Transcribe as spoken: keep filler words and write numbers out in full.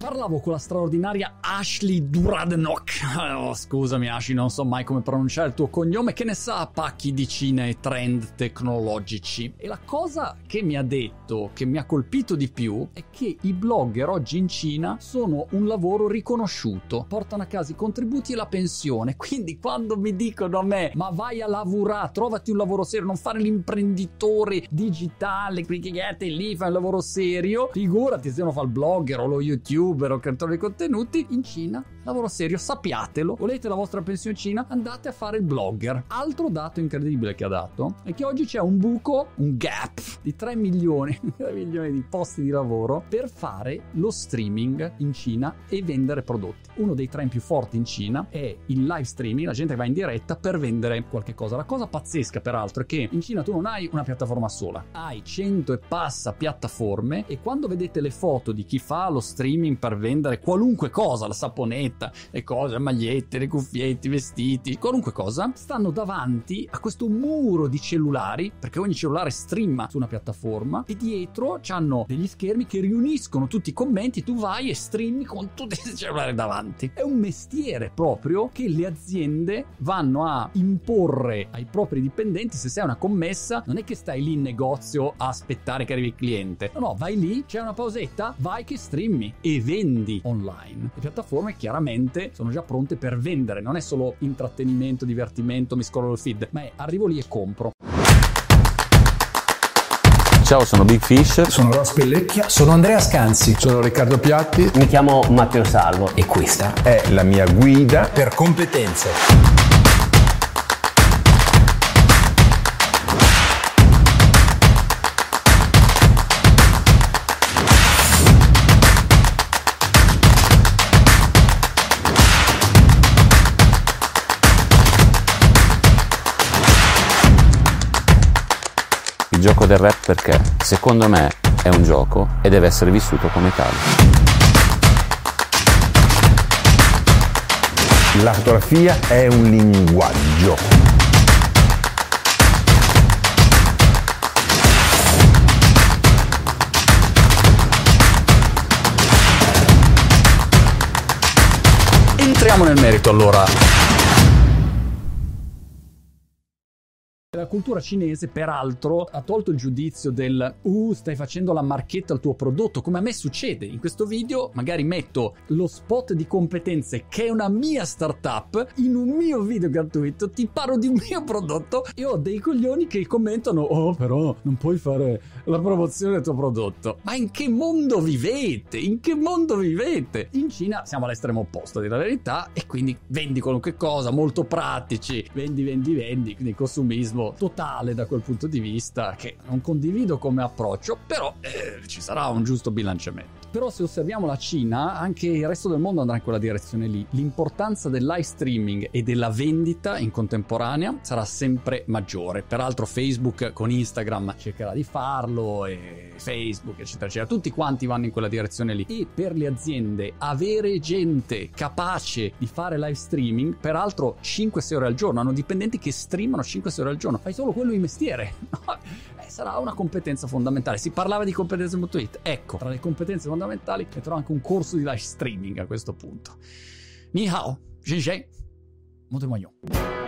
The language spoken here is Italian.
Parlavo con la straordinaria Ashley Duradnock. Oh, scusami Ashley, non so mai come pronunciare il tuo cognome. Che ne sa pacchi di Cina e trend tecnologici? E la cosa che mi ha detto, che mi ha colpito di più, è che i blogger oggi in Cina sono un lavoro riconosciuto. Portano a casa i contributi e la pensione. Quindi quando mi dicono a me, ma vai a lavorare, trovati un lavoro serio, non fare l'imprenditore digitale, qui che lì fai un lavoro serio, figurati se non fa il blogger o lo youtuber o creatore di contenuti. In Cina lavoro serio, sappiatelo. Volete la vostra pensione in Cina? Andate a fare il blogger. Altro dato incredibile che ha dato è che oggi c'è un buco, un gap di tre milioni tre milioni di posti di lavoro per fare lo streaming in Cina e vendere prodotti. Uno dei trend più forti in Cina è il live streaming, la gente va in diretta per vendere qualche cosa. La cosa pazzesca peraltro è che in Cina tu non hai una piattaforma sola, hai cento e passa piattaforme, e quando vedete le foto di chi fa lo streaming per vendere qualunque cosa, la saponetta, le cose, le magliette, le cuffiette, i vestiti, qualunque cosa, stanno davanti a questo muro di cellulari, perché ogni cellulare streama su una piattaforma, e dietro c'hanno degli schermi che riuniscono tutti i commenti, tu vai e streami con tutti i cellulari davanti. È un mestiere proprio che le aziende vanno a imporre ai propri dipendenti. Se sei una commessa, non è che stai lì in negozio a aspettare che arrivi il cliente, no no, vai lì, c'è una pausetta, vai che streami e vendi online. Le piattaforme chiaramente sono già pronte per vendere, non è solo intrattenimento, divertimento, mi scrollo il feed, ma è arrivo lì e compro. Ciao, sono Big Fish. Sono Ross Pellecchia. Sono Andrea Scanzi. Sono Riccardo Piatti. Mi chiamo Matteo Salvo. E questa è la mia guida per competenze. Il gioco del rap, perché secondo me è un gioco e deve essere vissuto come tale. La fotografia è un linguaggio. Entriamo nel merito allora. La cultura cinese, peraltro, ha tolto il giudizio del uh, stai facendo la marchetta al tuo prodotto, come a me succede. In questo video magari metto lo spot di competenze, che è una mia startup, in un mio video gratuito, ti parlo di un mio prodotto e ho dei coglioni che commentano oh però non puoi fare la promozione del tuo prodotto. Ma in che mondo vivete? In che mondo vivete? In Cina siamo all'estremo opposto, a dire la verità, e quindi vendi qualunque cosa, molto pratici, vendi, vendi, vendi, quindi consumismo totale da quel punto di vista, che non condivido come approccio, però eh, ci sarà un giusto bilanciamento. Però se osserviamo la Cina, anche il resto del mondo andrà in quella direzione lì. L'importanza del live streaming e della vendita in contemporanea sarà sempre maggiore. Peraltro Facebook con Instagram cercherà di farlo, e Facebook eccetera eccetera, tutti quanti vanno in quella direzione lì. E per le aziende avere gente capace di fare live streaming, peraltro cinque sei ore al giorno, hanno dipendenti che streamano cinque sei ore al giorno, fai solo quello di mestiere, no? eh, sarà una competenza fondamentale. Si parlava di competenze punto it, ecco, tra le competenze fondamentali metterò anche un corso di live streaming a questo punto. Ni hao, Zhen Zhen, Mote Moignon.